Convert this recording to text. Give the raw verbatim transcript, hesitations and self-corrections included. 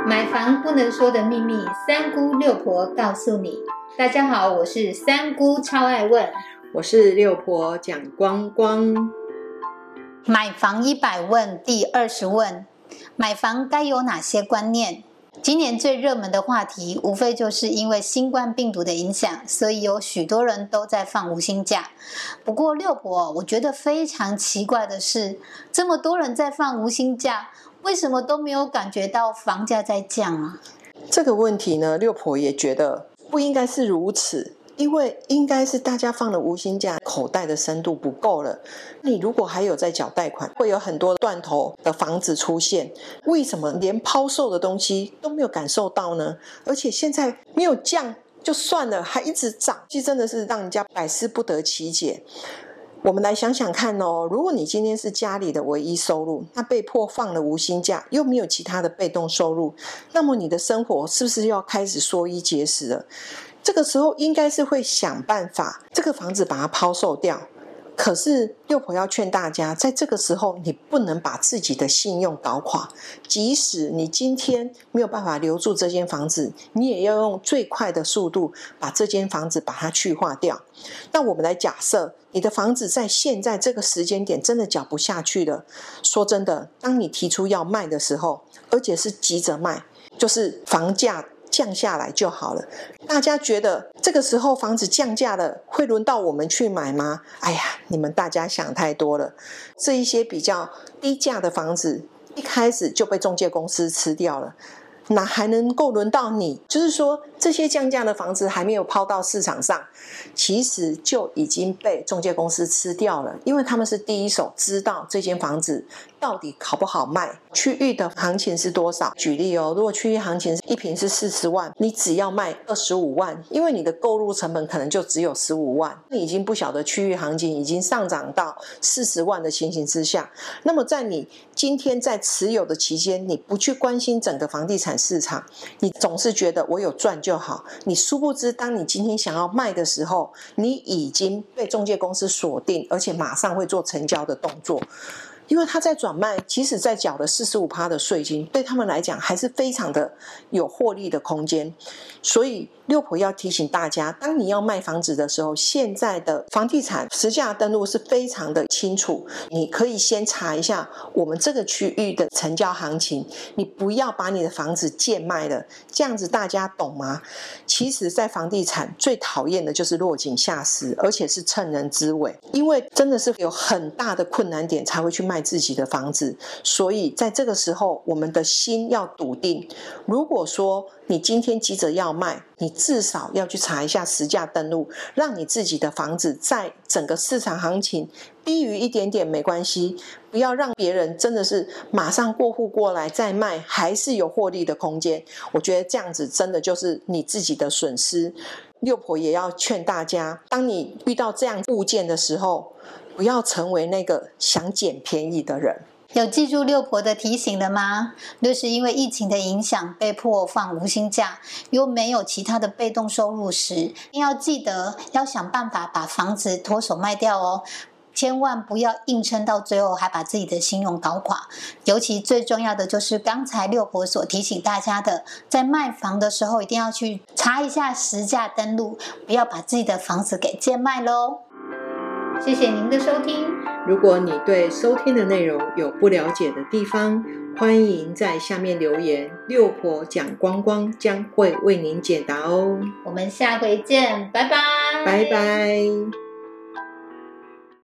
买房不能说的秘密，三姑六婆告诉你。大家好，我是三姑超爱问， 我是六婆蒋光光。 买房一百问第二十问，买房该有哪些观念？今年最热门的话题，无非就是因为新冠病毒的影响，所以有许多人都在放无薪假。不过六婆，我觉得非常奇怪的是，这么多人在放无薪假，为什么都没有感觉到房价在降啊？ 这个问题呢，六婆也觉得不应该是如此，因为应该是大家放了无薪假，口袋的深度不够了。你如果还有在缴贷款，会有很多断头的房子出现。为什么连抛售的东西都没有感受到呢？而且现在没有降就算了，还一直涨，其实真的是让人家百思不得其解。我们来想想看哦，如果你今天是家里的唯一收入，那被迫放了无薪假，又没有其他的被动收入，那么你的生活是不是要开始缩衣节食了？这个时候应该是会想办法，这个房子把它抛售掉。可是六婆要劝大家，在这个时候你不能把自己的信用搞垮，即使你今天没有办法留住这间房子，你也要用最快的速度把这间房子把它去化掉。那我们来假设你的房子在现在这个时间点真的缴不下去了，说真的，当你提出要卖的时候，而且是急着卖，就是房价降下来就好了。大家觉得这个时候房子降价了，会轮到我们去买吗？哎呀，你们大家想太多了。这一些比较低价的房子，一开始就被中介公司吃掉了，哪还能够轮到你？就是说，这些降价的房子还没有抛到市场上，其实就已经被中介公司吃掉了，因为他们是第一手知道这间房子到底好不好卖，区域的行情是多少。举例哦，如果区域行情一坪是四十万，你只要卖二十五万，因为你的购入成本可能就只有十五万，你已经不晓得区域行情已经上涨到四十万的情形之下，那么在你今天在持有的期间，你不去关心整个房地产市场，你总是觉得我有赚就好，你殊不知当你今天想要卖的时候，你已经被中介公司锁定，而且马上会做成交的动作。因为他在转卖，即使在缴了 百分之四十五 的税金，对他们来讲还是非常的有获利的空间。所以六婆要提醒大家，当你要卖房子的时候，现在的房地产实价登录是非常的清楚，你可以先查一下我们这个区域的成交行情，你不要把你的房子贱卖了，这样子大家懂吗？其实在房地产最讨厌的就是落井下石，而且是趁人之危，因为真的是有很大的困难点才会去卖自己的房子。所以在这个时候，我们的心要笃定，如果说你今天急着要卖，你至少要去查一下实价登录，让你自己的房子在整个市场行情低于一点点没关系，不要让别人真的是马上过户过来再卖，还是有获利的空间。我觉得这样子真的就是你自己的损失。六婆也要劝大家，当你遇到这样物件的时候，不要成为那个想捡便宜的人。 有记住六婆的提醒了吗？就是因为疫情的影响，被迫放无薪假，又没有其他的被动收入时，要记得要想办法把房子脱手卖掉哦。千万不要硬撑到最后还把自己的信用搞垮。尤其最重要的就是刚才六婆所提醒大家的，在卖房的时候一定要去查一下实价登录，不要把自己的房子给贱卖咯。谢谢您的收听。 如果你对收听的内容有不了解的地方，欢迎在下面留言，六婆蒋光光将会为您解答哦。 我们下回见，拜拜。 拜拜。